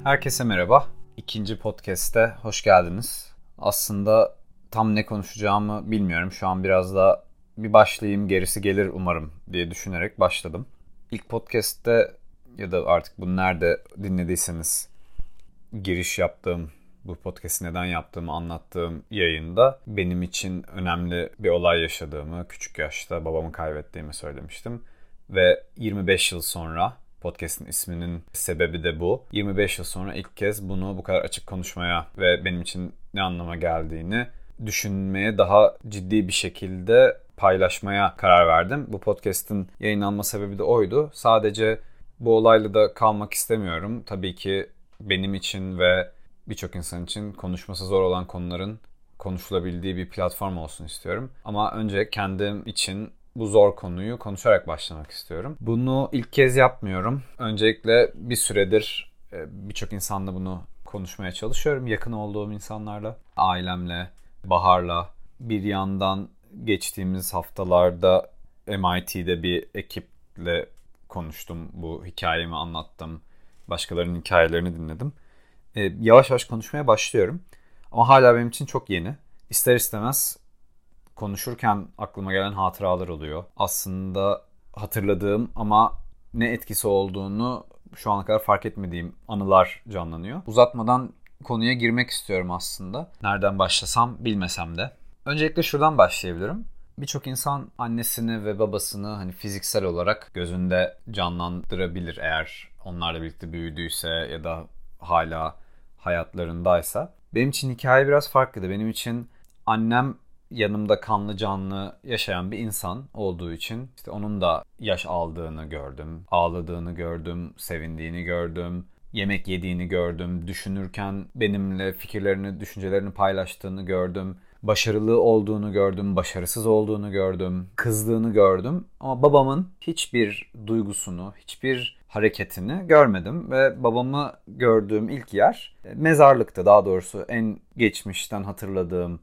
Herkese merhaba. İkinci podcast'te hoş geldiniz. Aslında tam ne konuşacağımı bilmiyorum. Şu an biraz da bir başlayayım, gerisi gelir umarım diye düşünerek başladım. İlk podcast'te ya da artık bunu nerede dinlediyseniz giriş yaptığım, bu podcast'i neden yaptığımı anlattığım yayında benim için önemli bir olay yaşadığımı, küçük yaşta babamı kaybettiğimi söylemiştim. Ve 25 yıl sonra, podcast'in isminin sebebi de bu. 25 yıl sonra ilk kez bunu bu kadar açık konuşmaya ve benim için ne anlama geldiğini düşünmeye, daha ciddi bir şekilde paylaşmaya karar verdim. Bu podcast'in yayınlanma sebebi de oydu. Sadece bu olayla da kalmak istemiyorum. Tabii ki benim için ve birçok insan için konuşması zor olan konuların konuşulabildiği bir platform olsun istiyorum. Ama önce kendim için bu zor konuyu konuşarak başlamak istiyorum. Bunu ilk kez yapmıyorum. Öncelikle bir süredir birçok insanla bunu konuşmaya çalışıyorum. Yakın olduğum insanlarla, ailemle, Bahar'la. Bir yandan geçtiğimiz haftalarda MIT'de bir ekiple konuştum. Bu hikayemi anlattım. Başkalarının hikayelerini dinledim. Yavaş yavaş konuşmaya başlıyorum. Ama hala benim için çok yeni. İster istemez konuşurken aklıma gelen hatıralar oluyor. Aslında hatırladığım ama ne etkisi olduğunu şu ana kadar fark etmediğim anılar canlanıyor. Uzatmadan konuya girmek istiyorum aslında. Nereden başlasam bilmesem de. Öncelikle şuradan başlayabilirim. Birçok insan annesini ve babasını hani fiziksel olarak gözünde canlandırabilir eğer onlarla birlikte büyüdüyse ya da hala hayatlarındaysa. Benim için hikaye biraz farklıydı. Benim için annem yanımda kanlı canlı yaşayan bir insan olduğu için işte onun da yaş aldığını gördüm, ağladığını gördüm, sevindiğini gördüm, yemek yediğini gördüm, düşünürken benimle fikirlerini, düşüncelerini paylaştığını gördüm. Başarılı olduğunu gördüm, başarısız olduğunu gördüm, kızdığını gördüm. Ama babamın hiçbir duygusunu, hiçbir hareketini görmedim. Ve babamı gördüğüm ilk yer mezarlıktı, daha doğrusu en geçmişten hatırladığım.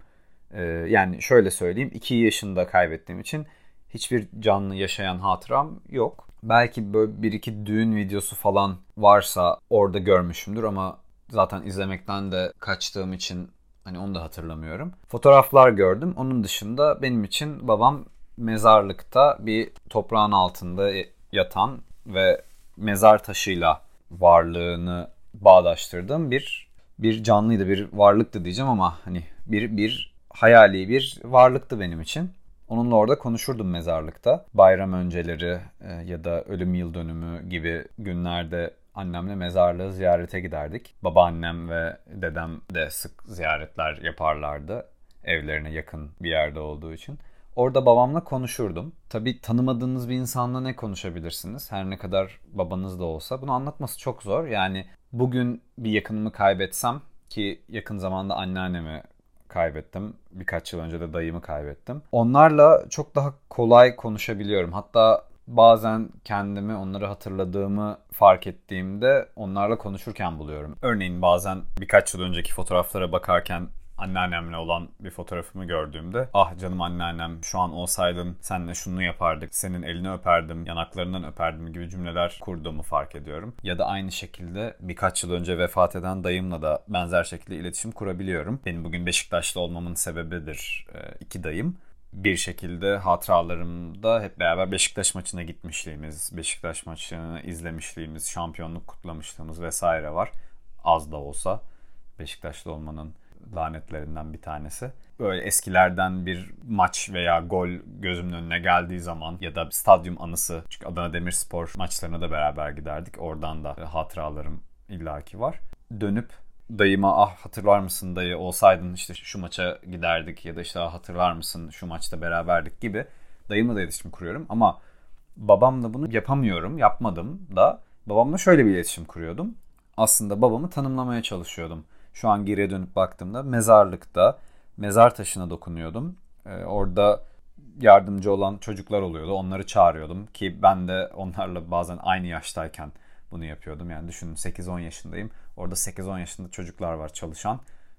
Yani şöyle söyleyeyim, 2 yaşında kaybettiğim için hiçbir canlı yaşayan hatıram yok. Belki böyle bir iki düğün videosu falan varsa orada görmüşümdür ama zaten izlemekten de kaçtığım için hani onu da hatırlamıyorum. Fotoğraflar gördüm. Onun dışında benim için babam mezarlıkta bir toprağın altında yatan ve mezar taşıyla varlığını bağdaştırdığım bir canlıydı, bir varlıktı diyeceğim ama hani bir hayali bir varlıktı benim için. Onunla orada konuşurdum mezarlıkta. Bayram önceleri ya da ölüm yıl dönümü gibi günlerde annemle mezarlığı ziyarete giderdik. Babaannem ve dedem de sık ziyaretler yaparlardı. Evlerine yakın bir yerde olduğu için. Orada babamla konuşurdum. Tabii tanımadığınız bir insanla ne konuşabilirsiniz? Her ne kadar babanız da olsa. Bunu anlatması çok zor. Yani bugün bir yakınımı kaybetsem, ki yakın zamanda anneannemi kaybettim. Birkaç yıl önce de dayımı kaybettim. Onlarla çok daha kolay konuşabiliyorum. Hatta bazen kendimi, onları hatırladığımı fark ettiğimde onlarla konuşurken buluyorum. Örneğin bazen birkaç yıl önceki fotoğraflara bakarken anneannemle olan bir fotoğrafımı gördüğümde ah canım anneannem, şu an olsaydın seninle şunu yapardık, senin elini öperdim, yanaklarından öperdim gibi cümleler kurduğumu fark ediyorum. Ya da aynı şekilde birkaç yıl önce vefat eden dayımla da benzer şekilde iletişim kurabiliyorum. Benim bugün Beşiktaşlı olmamın sebebidir iki dayım. Bir şekilde hatıralarımda hep beraber Beşiktaş maçına gitmişliğimiz, Beşiktaş maçını izlemişliğimiz, şampiyonluk kutlamışlığımız vesaire var. Az da olsa Beşiktaşlı olmanın lanetlerinden bir tanesi. Böyle eskilerden bir maç veya gol gözümün önüne geldiği zaman ya da stadyum anısı, çünkü Adana Demirspor maçlarına da beraber giderdik. Oradan da hatıralarım illaki var. Dönüp dayıma ah hatırlar mısın dayı, olsaydın işte şu maça giderdik ya da işte hatırlar mısın şu maçta beraberdik gibi dayımla da iletişim kuruyorum. Ama babamla bunu yapamıyorum, yapmadım da. Babamla şöyle bir iletişim kuruyordum. Aslında babamı tanımlamaya çalışıyordum. Şu an geriye dönüp baktığımda mezarlıkta mezar taşına dokunuyordum. Orada yardımcı olan çocuklar oluyordu. Onları çağırıyordum ki ben de onlarla bazen aynı yaştayken bunu yapıyordum. Yani düşünün 8-10 yaşındayım. Orada 8-10 yaşında çocuklar var çalışan.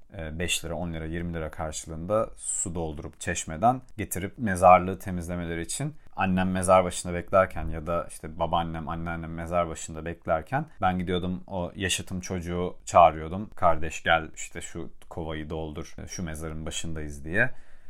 5 lira, 10 lira, 20 lira karşılığında su doldurup çeşmeden getirip mezarlığı temizlemeleri için annem mezar başında beklerken ya da işte babaannem, anneannem mezar başında beklerken ben gidiyordum, o yaşıtım çocuğu çağırıyordum. Kardeş gel işte şu kovayı doldur, şu mezarın başındayız diye.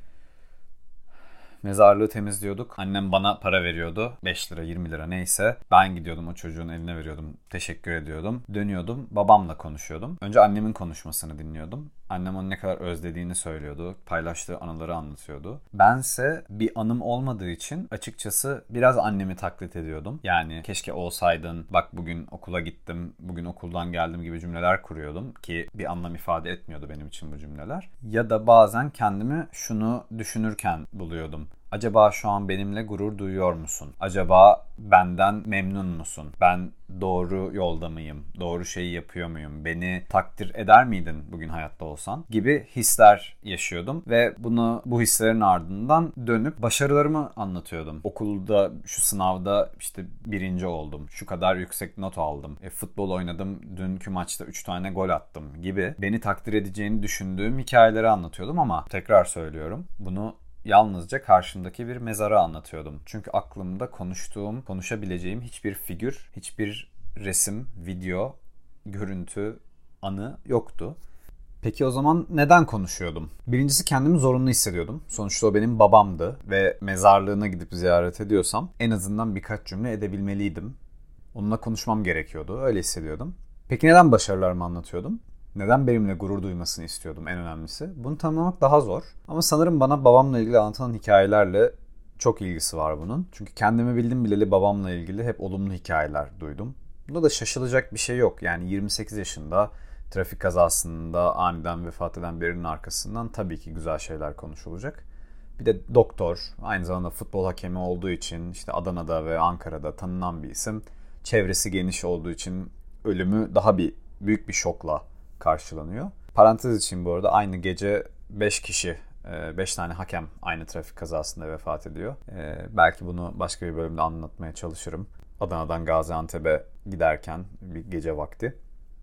Mezarlığı temizliyorduk. Annem bana para veriyordu. 5 lira, 20 lira neyse. Ben gidiyordum o çocuğun eline veriyordum. Teşekkür ediyordum. Dönüyordum. Babamla konuşuyordum. Önce annemin konuşmasını dinliyordum. Annem onu ne kadar özlediğini söylüyordu. Paylaştığı anıları anlatıyordu. Bense bir anım olmadığı için açıkçası biraz annemi taklit ediyordum. Yani keşke olsaydın, bak bugün okula gittim, bugün okuldan geldim gibi cümleler kuruyordum ki bir anlam ifade etmiyordu benim için bu cümleler. Ya da bazen kendimi şunu düşünürken buluyordum. Acaba şu an benimle gurur duyuyor musun? Acaba benden memnun musun? Ben doğru yolda mıyım? Doğru şeyi yapıyor muyum? Beni takdir eder miydin bugün hayatta olsan? Gibi hisler yaşıyordum ve bu hislerin ardından dönüp başarılarımı anlatıyordum. Okulda şu sınavda işte 1. oldum. Şu kadar yüksek not aldım. Futbol oynadım. Dünkü maçta 3 tane gol attım gibi beni takdir edeceğini düşündüğüm hikayeleri anlatıyordum ama tekrar söylüyorum. Bunu yalnızca karşımdaki bir mezarı anlatıyordum. Çünkü aklımda konuşabileceğim hiçbir figür, hiçbir resim, video, görüntü, anı yoktu. Peki o zaman neden konuşuyordum? Birincisi kendimi zorunlu hissediyordum. Sonuçta o benim babamdı ve mezarlığına gidip ziyaret ediyorsam en azından birkaç cümle edebilmeliydim. Onunla konuşmam gerekiyordu, öyle hissediyordum. Peki neden başarılarımı anlatıyordum? Neden benimle gurur duymasını istiyordum en önemlisi? Bunu tanımlamak daha zor. Ama sanırım bana babamla ilgili anlatılan hikayelerle çok ilgisi var bunun. Çünkü kendimi bildim bileli babamla ilgili hep olumlu hikayeler duydum. Bunda da şaşılacak bir şey yok. Yani 28 yaşında trafik kazasında aniden vefat eden birinin arkasından tabii ki güzel şeyler konuşulacak. Bir de doktor, aynı zamanda futbol hakemi olduğu için işte Adana'da ve Ankara'da tanınan bir isim. Çevresi geniş olduğu için ölümü daha büyük bir şokla karşılanıyor. Parantez için bu arada aynı gece 5 kişi, 5 tane hakem aynı trafik kazasında vefat ediyor. Belki bunu başka bir bölümde anlatmaya çalışırım. Adana'dan Gaziantep'e giderken bir gece vakti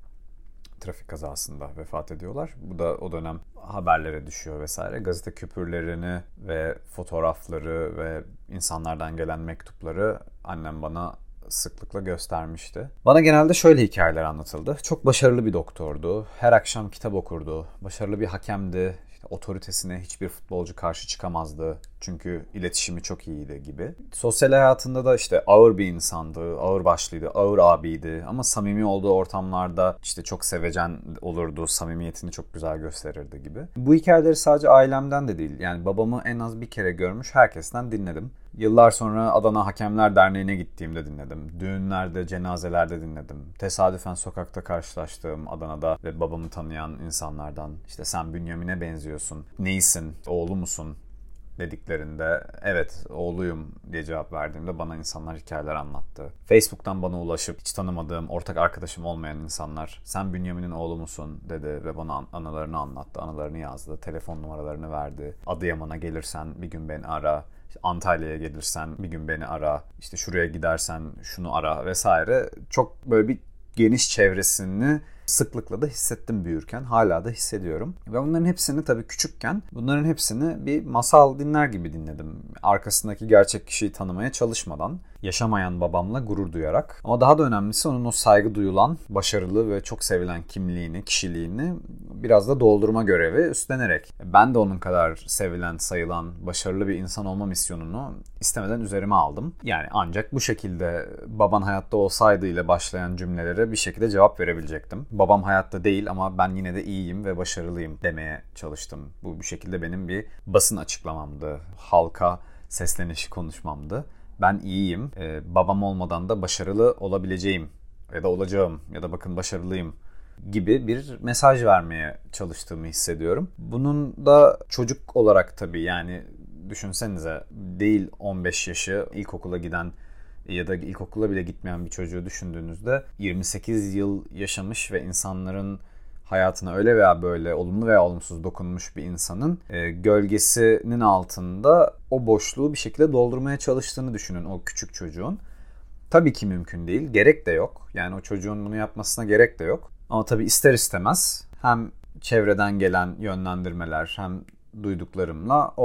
trafik kazasında vefat ediyorlar. Bu da o dönem haberlere düşüyor vesaire. Gazete küpürlerini ve fotoğrafları ve insanlardan gelen mektupları annem bana sıklıkla göstermişti. Bana genelde şöyle hikayeler anlatıldı. Çok başarılı bir doktordu. Her akşam kitap okurdu. Başarılı bir hakemdi. Otoritesine hiçbir futbolcu karşı çıkamazdı. Çünkü iletişimi çok iyiydi gibi. Sosyal hayatında da işte ağır bir insandı, ağır başlıydı, ağır abiydi. Ama samimi olduğu ortamlarda işte çok sevecen olurdu, samimiyetini çok güzel gösterirdi gibi. Bu hikayeleri sadece ailemden de değil, yani babamı en az bir kere görmüş herkesten dinledim. Yıllar sonra Adana Hakemler Derneği'ne gittiğimde dinledim. Düğünlerde, cenazelerde dinledim. Tesadüfen sokakta karşılaştığım Adana'da ve babamı tanıyan insanlardan işte sen Bünyamin'e benziyorsun, neysin, oğlu musun dediklerinde evet oğluyum diye cevap verdiğimde bana insanlar hikayeler anlattı. Facebook'tan bana ulaşıp hiç tanımadığım, ortak arkadaşım olmayan insanlar sen Bünyamin'in oğlu musun dedi ve bana anılarını anlattı, anılarını yazdı, telefon numaralarını verdi. Adıyaman'a gelirsen bir gün beni ara. Antalya'ya gelirsen bir gün beni ara, işte şuraya gidersen şunu ara vesaire. Çok böyle bir geniş çevresini sıklıkla da hissettim büyürken. Hala da hissediyorum. Ve bunların hepsini tabii küçükken bunların hepsini bir masal dinler gibi dinledim. Arkasındaki gerçek kişiyi tanımaya çalışmadan, yaşamayan babamla gurur duyarak. Ama daha da önemlisi onun o saygı duyulan, başarılı ve çok sevilen kimliğini, kişiliğini biraz da doldurma görevi üstlenerek. Ben de onun kadar sevilen, sayılan, başarılı bir insan olma misyonunu istemeden üzerime aldım. Yani ancak bu şekilde baban hayatta olsaydı ile başlayan cümlelere bir şekilde cevap verebilecektim. Babam hayatta değil ama ben yine de iyiyim ve başarılıyım demeye çalıştım. Bu bir şekilde benim bir basın açıklamamdı. Halka sesleniş konuşmamdı. Ben iyiyim, babam olmadan da başarılı olabileceğim ya da olacağım ya da bakın başarılıyım gibi bir mesaj vermeye çalıştığımı hissediyorum. Bunun da çocuk olarak tabii yani düşünsenize değil 15 yaşı ilkokula giden ya da ilkokula bile gitmeyen bir çocuğu düşündüğünüzde 28 yıl yaşamış ve insanların hayatına öyle veya böyle olumlu veya olumsuz dokunmuş bir insanın gölgesinin altında o boşluğu bir şekilde doldurmaya çalıştığını düşünün o küçük çocuğun. Tabii ki mümkün değil, gerek de yok. Yani o çocuğun bunu yapmasına gerek de yok. Ama tabii ister istemez hem çevreden gelen yönlendirmeler hem duyduklarımla o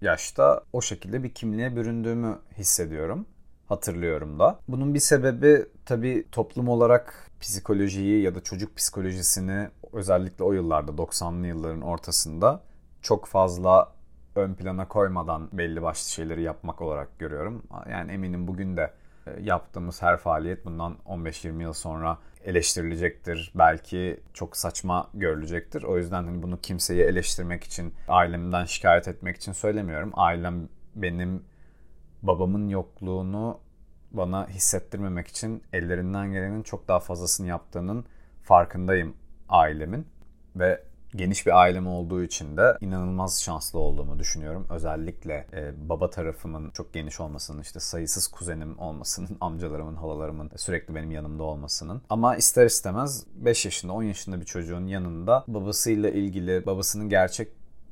yaşta o şekilde bir kimliğe büründüğümü hissediyorum. Hatırlıyorum da. Bunun bir sebebi tabii toplum olarak psikolojiyi ya da çocuk psikolojisini özellikle o yıllarda 90'lı yılların ortasında çok fazla ön plana koymadan belli başlı şeyleri yapmak olarak görüyorum. Yani eminim bugün de yaptığımız her faaliyet bundan 15-20 yıl sonra eleştirilecektir. Belki çok saçma görülecektir. O yüzden hani bunu kimseyi eleştirmek için, ailemden şikayet etmek için söylemiyorum. Ailem benim babamın yokluğunu bana hissettirmemek için ellerinden gelenin çok daha fazlasını yaptığının farkındayım ailemin. Ve geniş bir ailem olduğu için de inanılmaz şanslı olduğumu düşünüyorum. Özellikle baba tarafımın çok geniş olmasının, işte sayısız kuzenim olmasının, amcalarımın, halalarımın sürekli benim yanımda olmasının. Ama ister istemez 5 yaşında, 10 yaşında bir çocuğun yanında babasıyla ilgili, babasının gerçek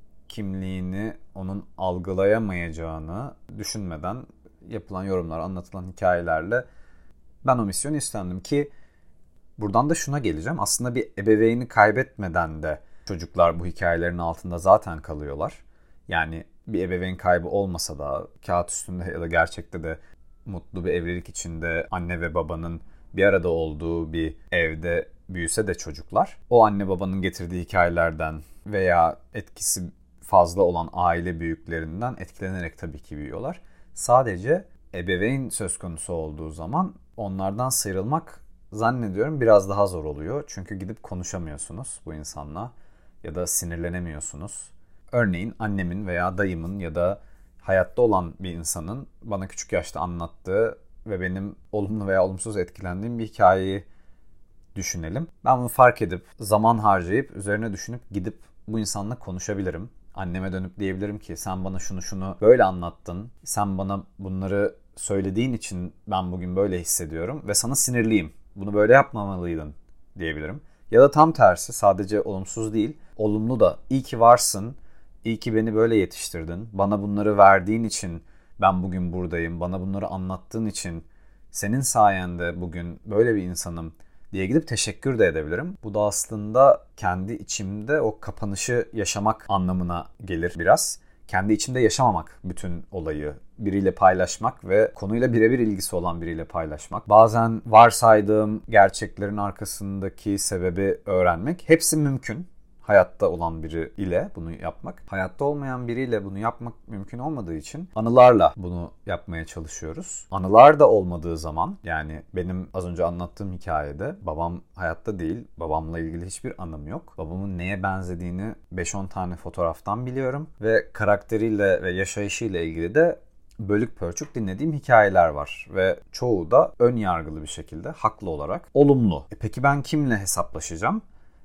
kimliğini onun algılayamayacağını düşünmeden yapılan yorumlar, anlatılan hikayelerle ben o misyonu üstlendim ki buradan da şuna geleceğim. Aslında bir ebeveyni kaybetmeden de çocuklar bu hikayelerin altında zaten kalıyorlar. Yani bir ebeveyn kaybı olmasa da kağıt üstünde ya da gerçekte de mutlu bir evlilik içinde anne ve babanın bir arada olduğu bir evde büyüse de çocuklar, o anne babanın getirdiği hikayelerden veya etkisi fazla olan aile büyüklerinden etkilenerek tabii ki büyüyorlar. Sadece ebeveyn söz konusu olduğu zaman onlardan sıyrılmak zannediyorum biraz daha zor oluyor. Çünkü gidip konuşamıyorsunuz bu insanla ya da sinirlenemiyorsunuz. Örneğin annemin veya dayımın ya da hayatta olan bir insanın bana küçük yaşta anlattığı ve benim olumlu veya olumsuz etkilendiğim bir hikayeyi düşünelim. Ben bunu fark edip, zaman harcayıp, üzerine düşünüp gidip bu insanla konuşabilirim. Anneme dönüp diyebilirim ki sen bana şunu böyle anlattın. Sen bana bunları söylediğin için ben bugün böyle hissediyorum ve sana sinirliyim. Bunu böyle yapmamalıydın diyebilirim. Ya da tam tersi, sadece olumsuz değil, olumlu da. İyi ki varsın, iyi ki beni böyle yetiştirdin. Bana bunları verdiğin için ben bugün buradayım. Bana bunları anlattığın için senin sayende bugün böyle bir insanım diye gidip teşekkür de edebilirim. Bu da aslında kendi içimde o kapanışı yaşamak anlamına gelir biraz. Kendi içimde yaşamamak bütün olayı, biriyle paylaşmak ve konuyla birebir ilgisi olan biriyle paylaşmak. Bazen varsaydığım gerçeklerin arkasındaki sebebi öğrenmek. Hepsi mümkün. Hayatta olan biri ile bunu yapmak. Hayatta olmayan biriyle bunu yapmak mümkün olmadığı için anılarla bunu yapmaya çalışıyoruz. Anılar da olmadığı zaman, yani benim az önce anlattığım hikayede babam hayatta değil, babamla ilgili hiçbir anım yok. Babamın neye benzediğini 5-10 tane fotoğraftan biliyorum ve karakteriyle ve yaşayışıyla ilgili de bölük pörçük dinlediğim hikayeler var ve çoğu da ön yargılı bir şekilde, haklı olarak olumlu. Peki ben kimle hesaplaşacağım?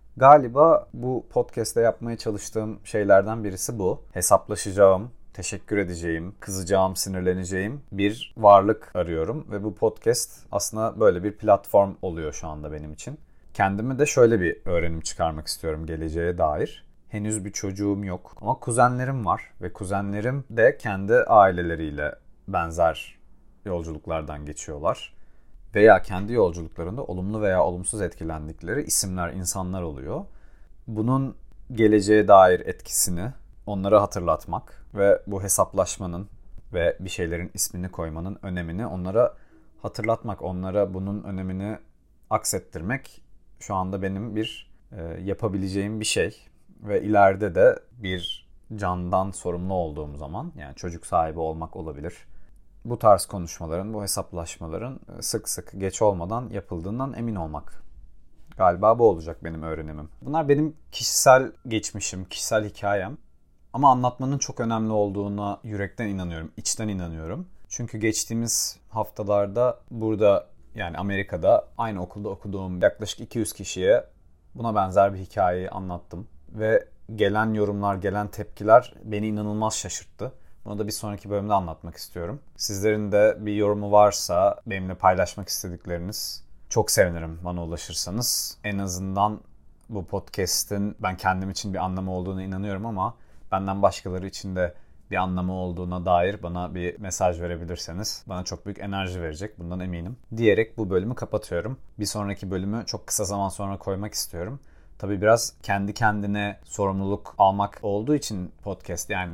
Galiba bu podcast'te yapmaya çalıştığım şeylerden birisi bu. Hesaplaşacağım, teşekkür edeceğim, kızacağım, sinirleneceğim bir varlık arıyorum. Ve bu podcast aslında böyle bir platform oluyor şu anda benim için. Kendime de şöyle bir öğrenim çıkarmak istiyorum geleceğe dair. Henüz bir çocuğum yok ama kuzenlerim var. Ve kuzenlerim de kendi aileleriyle benzer yolculuklardan geçiyorlar. Veya kendi yolculuklarında olumlu veya olumsuz etkilendikleri isimler, insanlar oluyor. Bunun geleceğe dair etkisini onlara hatırlatmak ve bu hesaplaşmanın ve bir şeylerin ismini koymanın önemini onlara hatırlatmak, onlara bunun önemini aksettirmek şu anda benim bir yapabileceğim bir şey. Ve ileride de bir candan sorumlu olduğum zaman, yani çocuk sahibi olmak olabilir, bu tarz konuşmaların, bu hesaplaşmaların sık sık geç olmadan yapıldığından emin olmak. Galiba bu olacak benim öğrenimim. Bunlar benim kişisel geçmişim, kişisel hikayem. Ama anlatmanın çok önemli olduğuna yürekten inanıyorum, içten inanıyorum. Çünkü geçtiğimiz haftalarda burada, yani Amerika'da aynı okulda okuduğum yaklaşık 200 kişiye buna benzer bir hikayeyi anlattım. Ve gelen yorumlar, gelen tepkiler beni inanılmaz şaşırttı. Bunu da bir sonraki bölümde anlatmak istiyorum. Sizlerin de bir yorumu varsa, benimle paylaşmak istedikleriniz, çok sevinirim bana ulaşırsanız. En azından bu podcast'in ben kendim için bir anlamı olduğuna inanıyorum ama benden başkaları için de bir anlamı olduğuna dair bana bir mesaj verebilirseniz bana çok büyük enerji verecek, bundan eminim. Diyerek bu bölümü kapatıyorum. Bir sonraki bölümü çok kısa zaman sonra koymak istiyorum. Tabii biraz kendi kendine sorumluluk almak olduğu için podcast, yani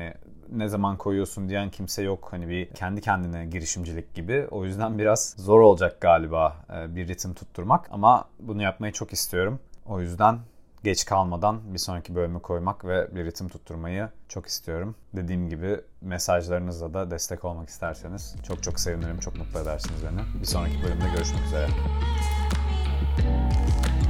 ne zaman koyuyorsun diyen kimse yok. Hani bir kendi kendine girişimcilik gibi. O yüzden biraz zor olacak galiba bir ritim tutturmak. Ama bunu yapmayı çok istiyorum. O yüzden geç kalmadan bir sonraki bölümü koymak ve bir ritim tutturmayı çok istiyorum. Dediğim gibi mesajlarınızla da destek olmak isterseniz çok çok sevinirim, çok mutlu edersiniz beni. Bir sonraki bölümde görüşmek üzere.